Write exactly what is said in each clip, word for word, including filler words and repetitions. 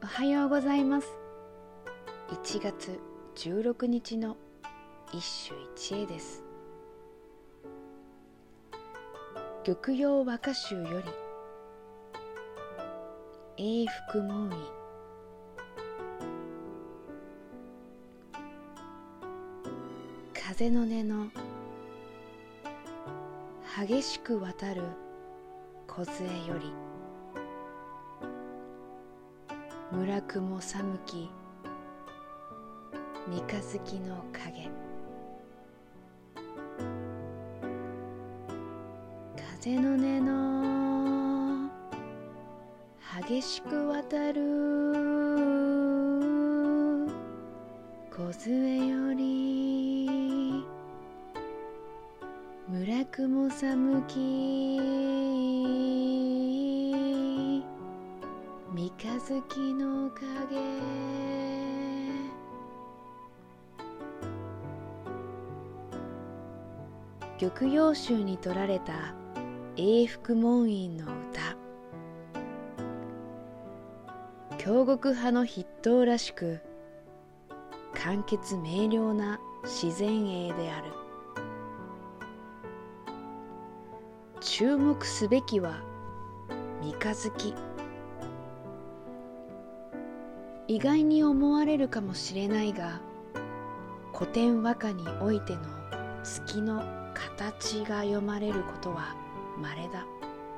おはようございます。いちがつじゅうろくにちの一首一会です。玉葉和歌集より永福門院。風の音の激しく渡る梢より、村雲寒き三日月の影。風の音の激しく渡る梢より、村雲寒き三日月の影。玉葉集に取られた永福門院の歌。京極派の筆頭らしく簡潔明瞭な自然詠である。注目すべきは三日月。意外に思われるかもしれないが、古典和歌においての月の形が読まれることは稀だ。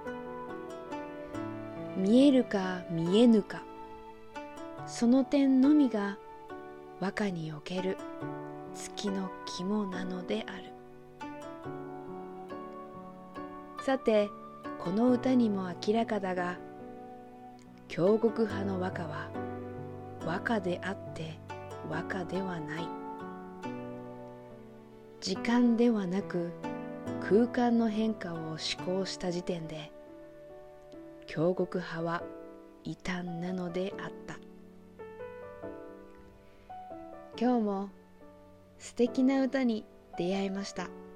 見えるか見えぬか、その点のみが和歌における月の肝なのである。さて、この歌にも明らかだが、京極派の和歌は和歌であって和歌ではない。時間ではなく空間の変化を思考した時点で、京極派は異端なのであった。今日も素敵な歌に出会いました。